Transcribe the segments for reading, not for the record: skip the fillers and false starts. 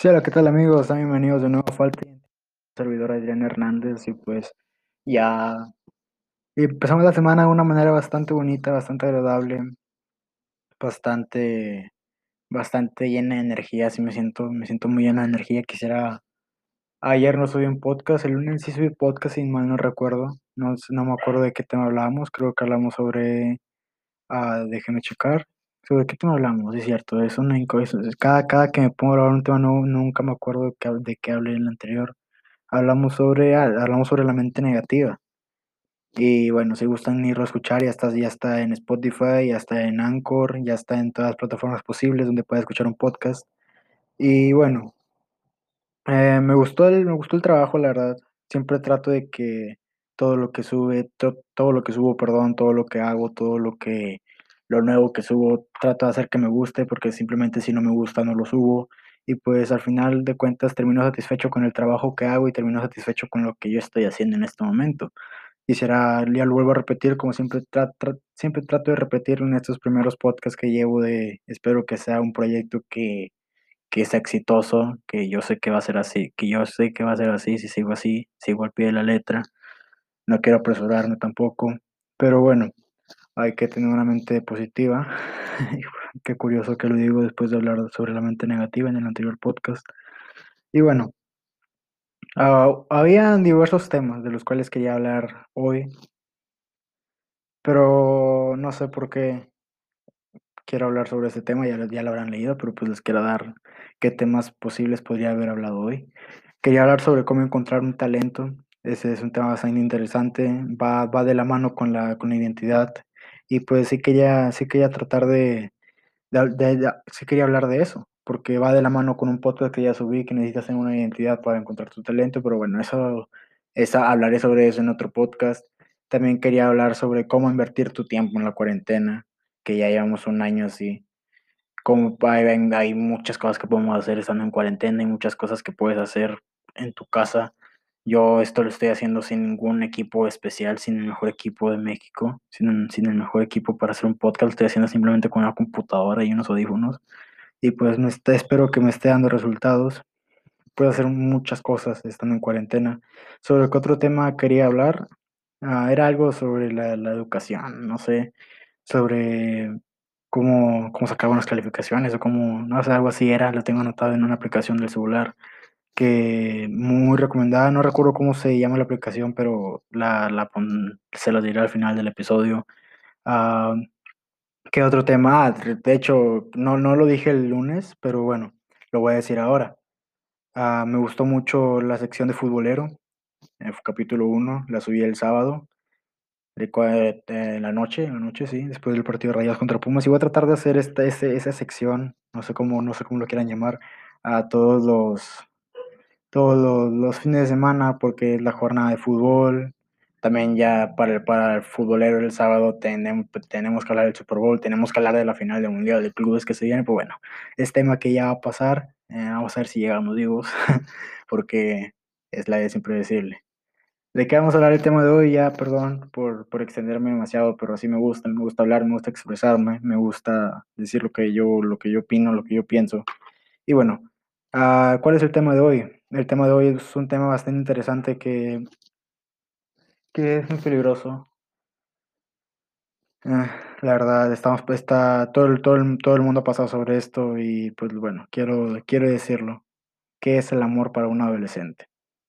Sí, hola, ¿qué tal amigos? Sean bienvenidos de nuevo a Falta y servidor Adrián Hernández y pues ya empezamos la semana de una manera bastante bonita, bastante agradable, bastante, bastante llena de energía, sí me siento muy llena de energía. Ayer no subí un podcast, el lunes sí subí podcast y mal no recuerdo, no me acuerdo de qué tema hablábamos, creo que hablamos sobre, déjeme checar, sobre qué tema hablamos, es cierto, es una cada que me pongo a hablar un tema nuevo, nunca me acuerdo de qué hablé en el anterior. Hablamos sobre la mente negativa. Y bueno, si gustan irlo a escuchar, ya está en Spotify, ya está en Anchor, ya está en todas las plataformas posibles donde puedas escuchar un podcast. Y bueno, me gustó el trabajo, la verdad. Siempre trato de que todo lo que subo, perdón, todo lo que hago, lo nuevo que subo, trato de hacer que me guste, porque simplemente si no me gusta no lo subo. Y pues al final de cuentas termino satisfecho con el trabajo que hago y termino satisfecho con lo que yo estoy haciendo en este momento. Ya lo vuelvo a repetir, como siempre trato de repetir en estos primeros podcasts que llevo espero que sea un proyecto que sea exitoso, que yo sé que va a ser así, que yo sé que va a ser así, sigo al pie de la letra, no quiero apresurarme tampoco, pero bueno, hay que tener una mente positiva. Qué curioso que lo digo después de hablar sobre la mente negativa en el anterior podcast. Y bueno, había diversos temas de los cuales quería hablar hoy, pero no sé por qué quiero hablar sobre este tema, ya lo habrán leído, pero pues les quiero dar qué temas posibles podría haber hablado hoy. Quería hablar sobre cómo encontrar un talento. Ese es un tema bastante interesante, va de la mano con la identidad. Y pues sí quería tratar sí quería hablar de eso, porque va de la mano con un podcast que ya subí, que necesitas tener una identidad para encontrar tu talento, pero bueno, hablaré sobre eso en otro podcast. También quería hablar sobre cómo invertir tu tiempo en la cuarentena, que ya llevamos un año así. Hay muchas cosas que podemos hacer estando en cuarentena y muchas cosas que puedes hacer en tu casa. Yo esto lo estoy haciendo sin ningún equipo especial, sin el mejor equipo de México, sin el mejor equipo para hacer un podcast. Lo estoy haciendo simplemente con una computadora y unos audífonos. Y pues espero que me esté dando resultados. Puedo hacer muchas cosas estando en cuarentena. ¿Sobre qué otro tema quería hablar? Era algo sobre la educación, no sé, sobre cómo sacar buenas calificaciones o cómo, no sé, algo así era. Lo tengo anotado en una aplicación del celular que muy recomendada. No recuerdo cómo se llama la aplicación, pero se lo diré al final del episodio. Ah, ¿Qué otro tema? De hecho, no lo dije el lunes, pero bueno, lo voy a decir ahora. Me gustó mucho la sección de futbolero, capítulo uno, la subí el sábado, en la noche, sí, después del partido de Rayados contra Pumas, y voy a tratar de hacer esa sección, no sé cómo lo quieran llamar, a todos los fines de semana, porque es la jornada de fútbol. También ya para el futbolero el sábado tenemos que hablar del Super Bowl, tenemos que hablar de la final del Mundial de Clubes que se viene, pues bueno, es tema que ya va a pasar, vamos a ver si llegamos vivos, porque es la es impredecible. ¿De qué vamos a hablar el tema de hoy? Ya, perdón por extenderme demasiado, pero así me gusta hablar, me gusta expresarme, me gusta decir lo que yo opino, lo que yo pienso. Y bueno, ¿cuál es el tema de hoy? El tema de hoy es un tema bastante interesante que es muy peligroso. La verdad, todo el mundo ha pasado sobre esto y pues bueno, quiero decirlo. ¿Qué es el amor para un adolescente?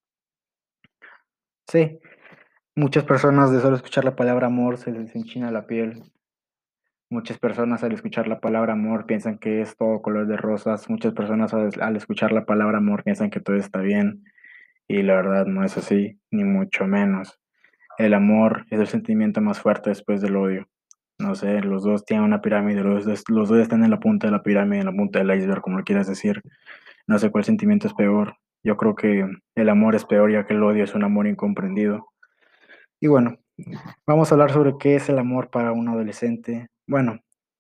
Sí, muchas personas de solo escuchar la palabra amor se les enchina la piel. Muchas personas al escuchar la palabra amor piensan que es todo color de rosas. Muchas personas al escuchar la palabra amor piensan que todo está bien. Y la verdad no es así, ni mucho menos. El amor es el sentimiento más fuerte después del odio. No sé, los dos tienen una pirámide, los dos están en la punta de la pirámide, en la punta del iceberg, como lo quieras decir. No sé cuál sentimiento es peor. Yo creo que el amor es peor, ya que el odio es un amor incomprendido. Y bueno, vamos a hablar sobre qué es el amor para un adolescente. Bueno,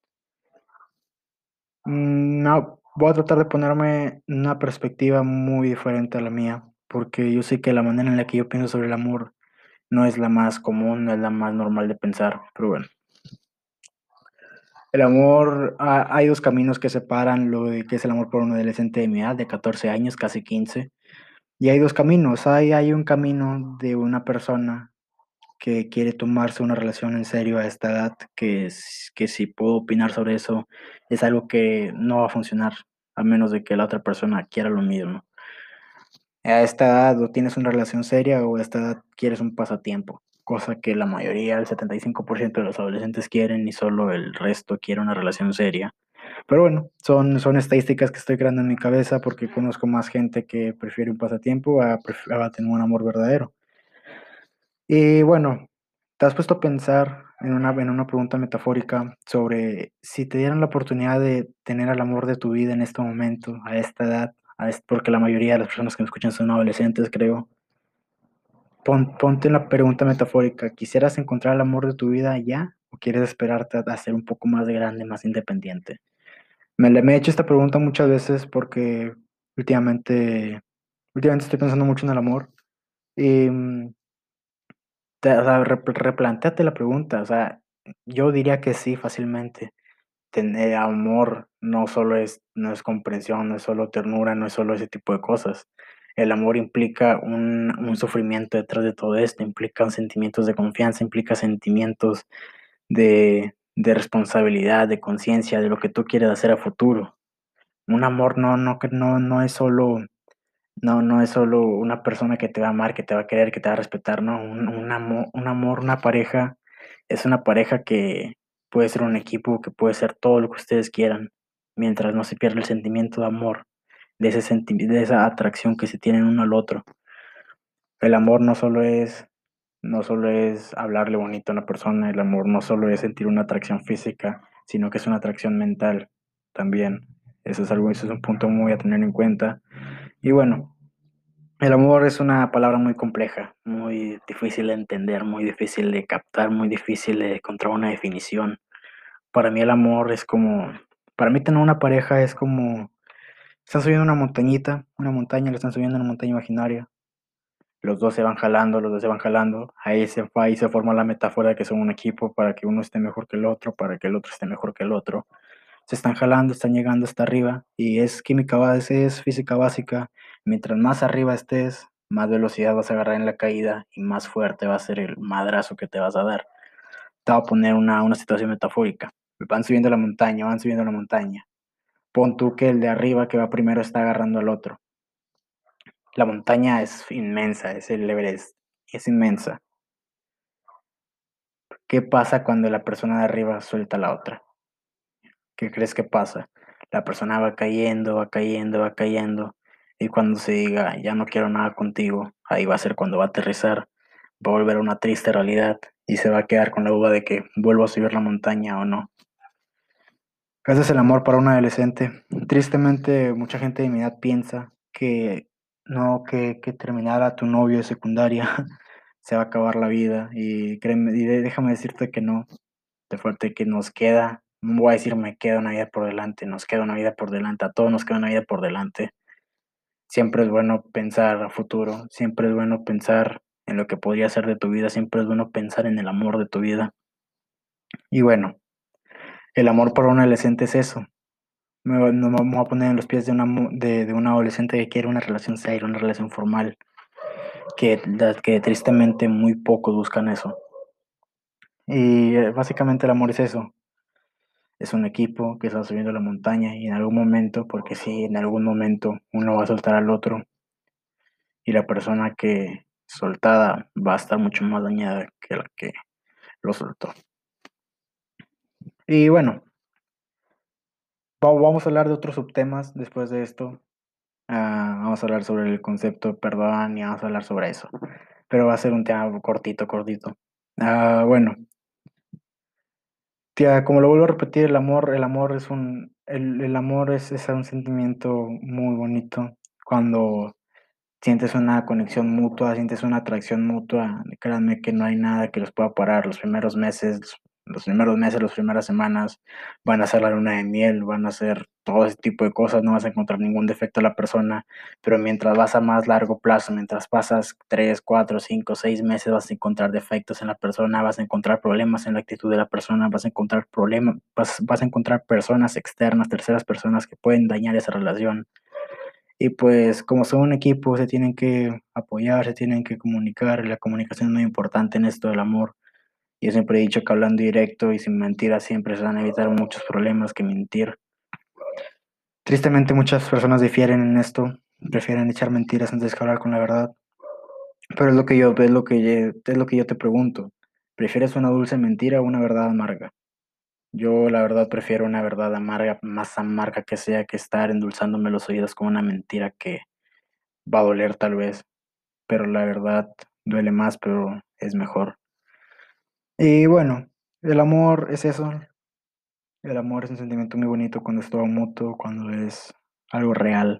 no, voy a tratar de ponerme una perspectiva muy diferente a la mía, porque yo sé que la manera en la que yo pienso sobre el amor no es la más común, no es la más normal de pensar, pero bueno. El amor, hay dos caminos que separan lo de que es el amor por un adolescente de mi edad, de 14 años, casi 15. Y hay dos caminos. Hay un camino de una persona que quiere tomarse una relación en serio a esta edad, que si puedo opinar sobre eso, es algo que no va a funcionar, a menos de que la otra persona quiera lo mismo. A esta edad o tienes una relación seria o a esta edad quieres un pasatiempo, cosa que la mayoría, el 75% de los adolescentes quieren y solo el resto quiere una relación seria. Pero bueno, son estadísticas que estoy creando en mi cabeza porque conozco más gente que prefiere un pasatiempo a tener un amor verdadero. Y bueno, ¿te has puesto a pensar en una pregunta metafórica sobre si te dieran la oportunidad de tener al amor de tu vida en este momento, a esta edad, porque la mayoría de las personas que me escuchan son adolescentes, creo? Ponte la pregunta metafórica, ¿quisieras encontrar el amor de tu vida ya o quieres esperarte a ser un poco más grande, más independiente? Me he hecho esta pregunta muchas veces porque últimamente, últimamente estoy pensando mucho en el amor y o sea, replantéate la pregunta, o sea, yo diría que sí, fácilmente. Tener amor no es comprensión, no es solo ternura, no es solo ese tipo de cosas. El amor implica un sufrimiento detrás de todo esto, implica sentimientos de confianza, implica sentimientos de responsabilidad, de conciencia, de lo que tú quieres hacer a futuro. Un amor no es solo no es solo una persona que te va a amar, que te va a querer, que te va a respetar, no, un amor, una pareja, es una pareja que puede ser un equipo, que puede ser todo lo que ustedes quieran, mientras no se pierda el sentimiento de amor, de esa atracción que se tienen uno al otro. El amor no solo es hablarle bonito a una persona, el amor no solo es sentir una atracción física, sino que es una atracción mental también. Eso es un punto muy a tener en cuenta. Y bueno, el amor es una palabra muy compleja, muy difícil de entender, muy difícil de captar, muy difícil de encontrar una definición. Para mí el amor es como, para mí tener una pareja es como, están subiendo una montañita, una montaña, le están subiendo una montaña imaginaria, los dos se van jalando, los dos se van jalando, ahí se forma la metáfora de que son un equipo para que uno esté mejor que el otro, para que el otro esté mejor que el otro. Se están jalando, están llegando hasta arriba y es química base, es física básica. Mientras más arriba estés, más velocidad vas a agarrar en la caída y más fuerte va a ser el madrazo que te vas a dar. Te voy a poner una situación metafórica. Van subiendo la montaña, van subiendo la montaña. Pon tú que el de arriba que va primero está agarrando al otro. La montaña es inmensa, es el Everest, es inmensa. ¿Qué pasa cuando la persona de arriba suelta a la otra? ¿Qué crees que pasa? La persona va cayendo, va cayendo, va cayendo, y cuando se diga, ya no quiero nada contigo, ahí va a ser cuando va a aterrizar, va a volver a una triste realidad y se va a quedar con la duda de que vuelvo a subir la montaña o no. Ese es el amor para un adolescente. Tristemente, mucha gente de mi edad piensa que no, que terminar a tu novio de secundaria se va a acabar la vida, y créeme, déjame decirte que no. De fuerte que nos queda, no voy a decir me queda una vida por delante, nos queda una vida por delante, a todos nos queda una vida por delante. Siempre es bueno pensar a futuro, siempre es bueno pensar en lo que podría ser de tu vida, siempre es bueno pensar en el amor de tu vida. Y bueno, el amor para un adolescente es eso. Me voy a poner en los pies de de un adolescente que quiere una relación seria, una relación formal, que tristemente muy pocos buscan eso. Y básicamente el amor es eso. Es un equipo que está subiendo la montaña y en algún momento, porque sí, en algún momento uno va a soltar al otro y la persona que soltada va a estar mucho más dañada que la que lo soltó. Y bueno, vamos a hablar de otros subtemas después de esto. Vamos a hablar sobre el concepto de perdón y vamos a hablar sobre eso. Pero va a ser un tema cortito, cortito. Bueno, tía, como lo vuelvo a repetir, el amor es el amor es un sentimiento muy bonito cuando sientes una conexión mutua, sientes una atracción mutua. Créanme que no hay nada que los pueda parar. Los primeros meses, Los primeros meses, las primeras semanas van a ser la luna de miel, van a ser todo ese tipo de cosas, no vas a encontrar ningún defecto en la persona, pero mientras vas a más largo plazo, mientras pasas 3, 4, 5, 6 meses, vas a encontrar defectos en la persona, vas a encontrar problemas en la actitud de la persona, vas a encontrar problemas, vas a encontrar personas externas, terceras personas que pueden dañar esa relación. Y pues como son un equipo, se tienen que apoyar, se tienen que comunicar, la comunicación es muy importante en esto del amor. Yo siempre he dicho que hablando directo y sin mentiras siempre se van a evitar muchos problemas que mentir. Tristemente muchas personas difieren en esto, prefieren echar mentiras antes que hablar con la verdad. Pero es lo que yo te pregunto. ¿Prefieres una dulce mentira o una verdad amarga? Yo la verdad prefiero una verdad amarga, más amarga que sea, que estar endulzándome los oídos con una mentira que va a doler tal vez, pero la verdad duele más, pero es mejor. Y bueno, el amor es eso. El amor es un sentimiento muy bonito cuando es todo mutuo, cuando es algo real.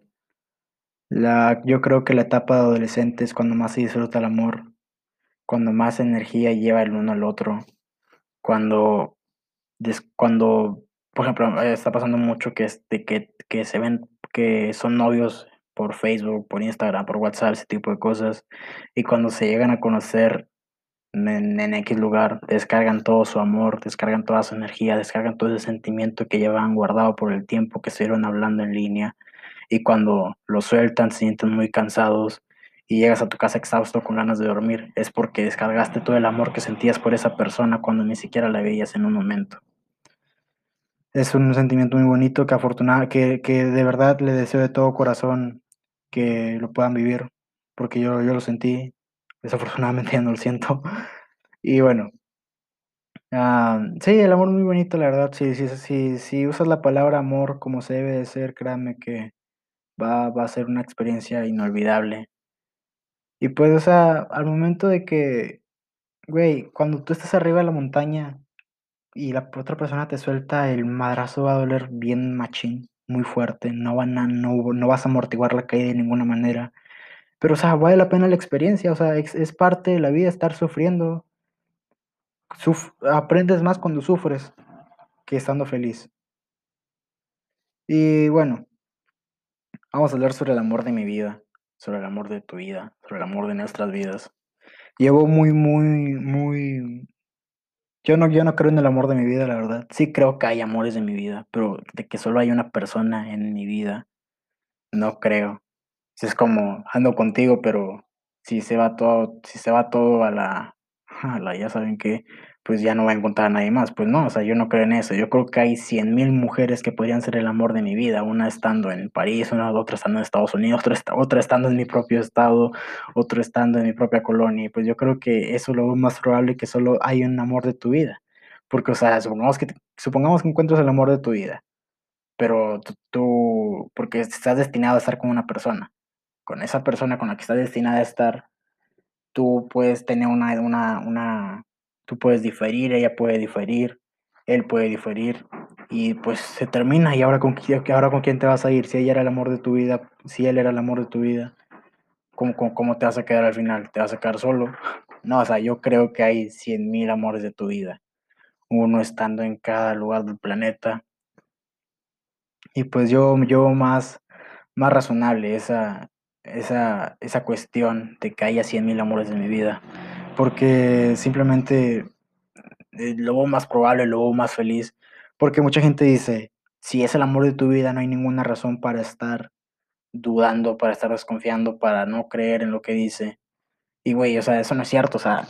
Yo creo que la etapa de adolescente es cuando más se disfruta el amor, cuando más energía lleva el uno al otro, cuando, cuando por ejemplo, está pasando mucho que se ven que son novios por Facebook, por Instagram, por WhatsApp, ese tipo de cosas, y cuando se llegan a conocer en X lugar, descargan todo su amor, descargan toda su energía, descargan todo ese sentimiento que llevan guardado por el tiempo que estuvieron hablando en línea y cuando lo sueltan se sienten muy cansados y llegas a tu casa exhausto con ganas de dormir, es porque descargaste todo el amor que sentías por esa persona cuando ni siquiera la veías en un momento. Es un sentimiento muy bonito que de verdad le deseo de todo corazón que lo puedan vivir, porque yo lo sentí, desafortunadamente ya no lo siento. Y bueno, sí, el amor es muy bonito, la verdad. Si usas la palabra amor como se debe de ser, créanme que va a ser una experiencia inolvidable. Y pues, o sea, al momento de que, güey, cuando tú estás arriba de la montaña y la otra persona te suelta, el madrazo va a doler bien machín, muy fuerte. No vas a amortiguar la caída de ninguna manera. Pero, o sea, vale la pena la experiencia, o sea, es parte de la vida estar sufriendo. Aprendes más cuando sufres que estando feliz. Y bueno, vamos a hablar sobre el amor de mi vida, sobre el amor de tu vida, sobre el amor de nuestras vidas. Llevo muy. Yo no creo en el amor de mi vida, la verdad. Sí creo que hay amores de mi vida, pero de que solo hay una persona en mi vida, no creo. Si es como ando contigo, pero si se va todo ya saben que, pues ya no va a encontrar a nadie más. Pues no, o sea, yo no creo en eso. Yo creo que hay 100,000 mujeres que podrían ser el amor de mi vida, una estando en París, otra estando en Estados Unidos, otra estando en mi propio estado, otro estando en mi propia colonia. Y pues yo creo que eso es lo más probable que solo hay un amor de tu vida. Porque, o sea, supongamos que encuentras el amor de tu vida, pero porque estás destinado a estar con una persona, con esa persona con la que estás destinada a estar, tú puedes tener tú puedes diferir, ella puede diferir, él puede diferir, y pues se termina, y ahora con quién te vas a ir, si ella era el amor de tu vida, si él era el amor de tu vida, ¿cómo te vas a quedar al final? ¿Te vas a quedar solo? No, o sea, yo creo que hay 100,000 amores de tu vida, uno estando en cada lugar del planeta, y pues yo más razonable esa cuestión de que haya 100,000 amores de mi vida, porque simplemente lo veo más probable, lo veo más feliz, porque mucha gente dice, si es el amor de tu vida, no hay ninguna razón para estar dudando, para estar desconfiando, para no creer en lo que dice. Y güey, o sea, eso no es cierto, o sea,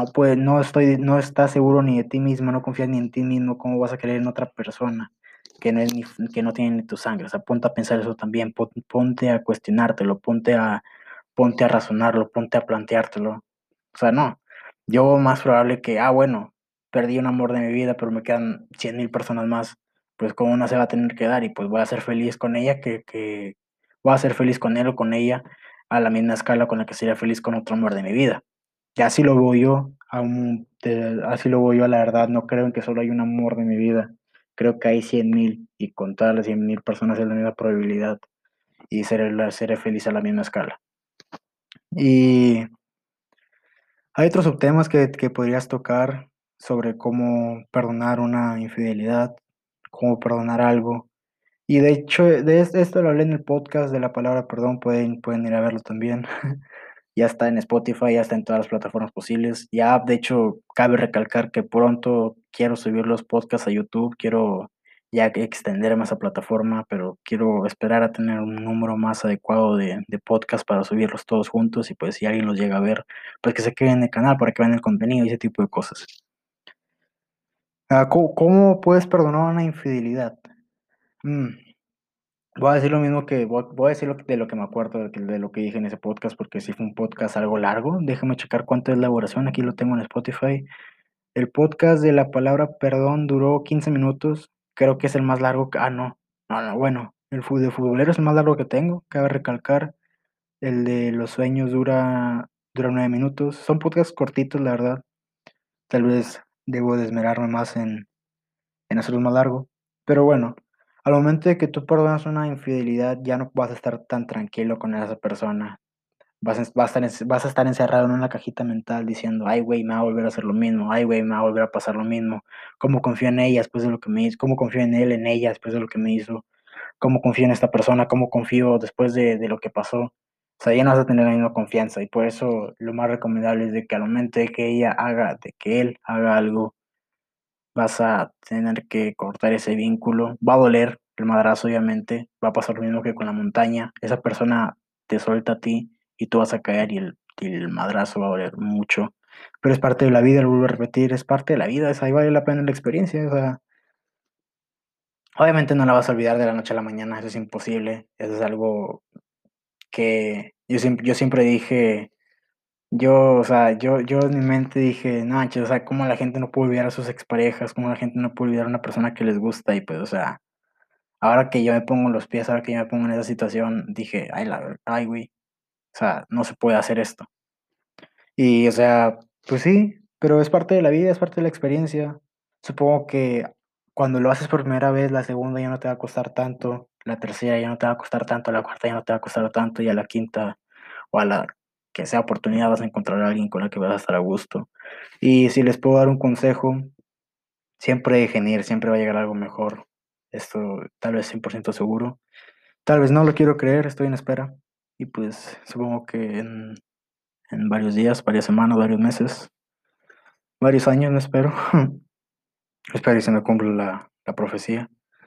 no estás seguro ni de ti mismo, no confías ni en ti mismo, ¿cómo vas a creer en otra persona que no tiene ni tu sangre? O sea, ponte a pensar eso también, ponte a cuestionártelo, ponte a razonarlo, ponte a planteártelo. O sea, no, yo más probable que, bueno, perdí un amor de mi vida, pero me quedan 100,000 personas más, pues como una se va a tener que dar y pues voy a ser feliz con ella que voy a ser feliz con él o con ella a la misma escala con la que sería feliz con otro amor de mi vida. Y así lo veo yo, así lo veo yo, la verdad, no creo en que solo hay un amor de mi vida, creo que hay 100,000 y con todas las 100,000 personas es la misma probabilidad y seré feliz a la misma escala. Y hay otros subtemas que podrías tocar, sobre cómo perdonar una infidelidad, cómo perdonar algo. Y de hecho, esto lo hablé en el podcast de la palabra perdón, pueden ir a verlo también. Ya está en Spotify, ya está en todas las plataformas posibles. Ya, de hecho, cabe recalcar que pronto quiero subir los podcasts a YouTube, quiero ya que extenderme a esa plataforma, pero quiero esperar a tener un número más adecuado de podcasts para subirlos todos juntos y pues si alguien los llega a ver, pues que se queden en el canal para que vean el contenido y ese tipo de cosas. ¿Cómo puedes perdonar una infidelidad? Mm, Voy a decir lo mismo voy a decir de lo que me acuerdo de lo que dije en ese podcast, porque si fue un podcast algo largo. Déjame checar cuánto es la duración. Aquí lo tengo en Spotify. El podcast de la palabra perdón duró 15 minutos. Creo que es el más largo. No. No, no, bueno. De futbolero es el más largo que tengo. Cabe recalcar. El de los sueños dura 9 minutos. Son podcasts cortitos, la verdad. Tal vez debo de esmerarme más en hacerlo más largo. Pero bueno, al momento de que tú perdonas una infidelidad, ya no vas a estar tan tranquilo con esa persona. Vas a estar encerrado en una cajita mental diciendo, ay, güey, me va a volver a hacer lo mismo, ay, güey, me va a volver a pasar lo mismo. ¿Cómo confío en ella después de lo que me hizo? ¿Cómo confío en él, en ella después de lo que me hizo? ¿Cómo confío en esta persona? ¿Cómo confío después de lo que pasó? O sea, ya no vas a tener la misma confianza y por eso lo más recomendable es de que al momento de que de que él haga algo, vas a tener que cortar ese vínculo. Va a doler el madrazo, obviamente. Va a pasar lo mismo que con la montaña. Esa persona te suelta a ti y tú vas a caer y el madrazo va a doler mucho. Pero es parte de la vida, lo vuelvo a repetir, es parte de la vida. Ahí vale la pena la experiencia. O sea, obviamente no la vas a olvidar de la noche a la mañana, eso es imposible. Eso es algo que yo siempre dije. O sea, yo en mi mente dije, no manches, o sea, cómo la gente no puede olvidar a sus exparejas, cómo la gente no puede olvidar a una persona que les gusta, y pues, o sea, ahora que yo me pongo en los pies, ahora que yo me pongo en esa situación, dije, ay, güey, o sea, no se puede hacer esto. Y, o sea, pues sí, pero es parte de la vida, es parte de la experiencia. Supongo que cuando lo haces por primera vez, la segunda ya no te va a costar tanto, la tercera ya no te va a costar tanto, la cuarta ya no te va a costar tanto, y a la quinta o a la que sea oportunidad vas a encontrar a alguien con el que vas a estar a gusto. Y si les puedo dar un consejo, siempre dejen ir, siempre va a llegar algo mejor. Esto tal vez 100% seguro. Tal vez no lo quiero creer, estoy en espera. Y pues supongo que en varios días, varias semanas, varios meses, varios años, no espero. Espero y se me cumpla la profecía.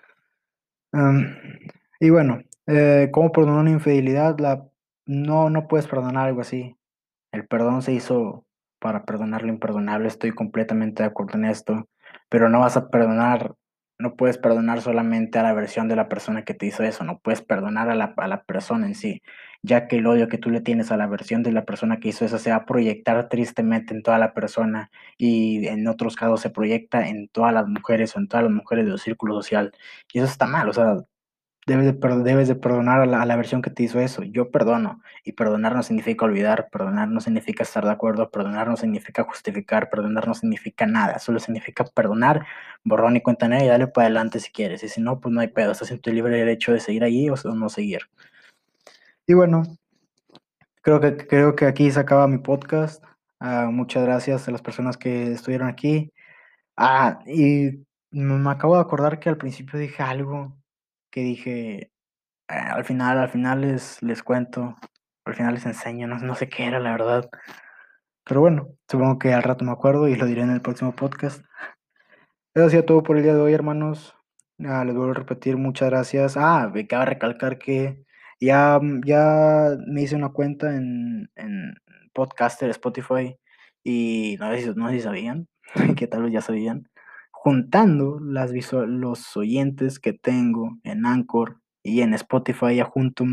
Am, y bueno, ¿cómo perdonar una infidelidad? No puedes perdonar algo así. El perdón se hizo para perdonar lo imperdonable, estoy completamente de acuerdo en esto, pero no vas a perdonar, no puedes perdonar solamente a la versión de la persona que te hizo eso, no puedes perdonar a la persona en sí, ya que el odio que tú le tienes a la versión de la persona que hizo eso se va a proyectar tristemente en toda la persona y en otros casos se proyecta en todas las mujeres o en todas las mujeres del círculo social. Y eso está mal, o sea, debes de perdonar a la versión que te hizo eso. Yo perdono. Y perdonar no significa olvidar, perdonar no significa estar de acuerdo, perdonar no significa justificar, perdonar no significa nada. Solo significa perdonar, borrón y cuenta nueva y dale para adelante si quieres. Y si no, pues no hay pedo. Estás en tu libre derecho de seguir allí o no seguir. Y bueno, creo que aquí se acaba mi podcast. Muchas gracias a las personas que estuvieron aquí. Y me acabo de acordar que al principio dije algo que dije. Al final les cuento, al final les enseño, no sé qué era la verdad. Pero bueno, supongo que al rato me acuerdo y lo diré en el próximo podcast. Eso ha sido todo por el día de hoy, hermanos. Les vuelvo a repetir, muchas gracias. Me cabe recalcar que ya me hice una cuenta en Podcaster, Spotify, y no sé si sabían, que tal vez ya sabían, juntando los oyentes que tengo en Anchor y en Spotify, ya junto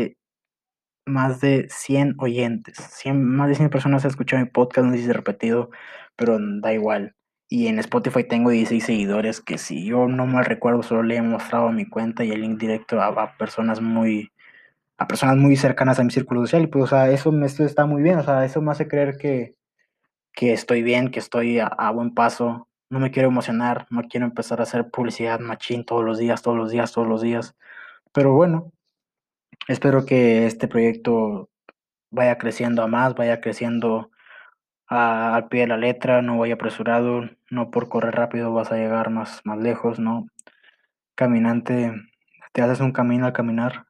más de 100 oyentes. Más de 100 personas han escuchado mi podcast, no sé si es repetido, pero da igual. Y en Spotify tengo 16 seguidores que si yo no mal recuerdo solo le he mostrado mi cuenta y el link directo a personas muy cercanas a mi círculo social. Y pues, o sea, esto está muy bien, o sea, eso me hace creer que estoy bien, que estoy a buen paso. No me quiero emocionar, no quiero empezar a hacer publicidad machín todos los días, todos los días, todos los días. Pero bueno, espero que este proyecto vaya creciendo a más, vaya creciendo al pie de la letra, no voy apresurado, no por correr rápido vas a llegar más lejos, ¿no? Caminante, te haces un camino al caminar.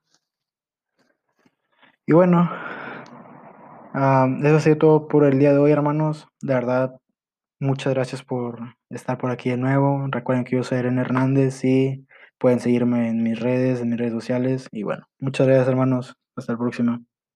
Y bueno, eso ha sido todo por el día de hoy, hermanos. De verdad, muchas gracias por estar por aquí de nuevo. Recuerden que yo soy Eren Hernández y pueden seguirme en mis redes sociales. Y bueno, muchas gracias, hermanos. Hasta la próxima.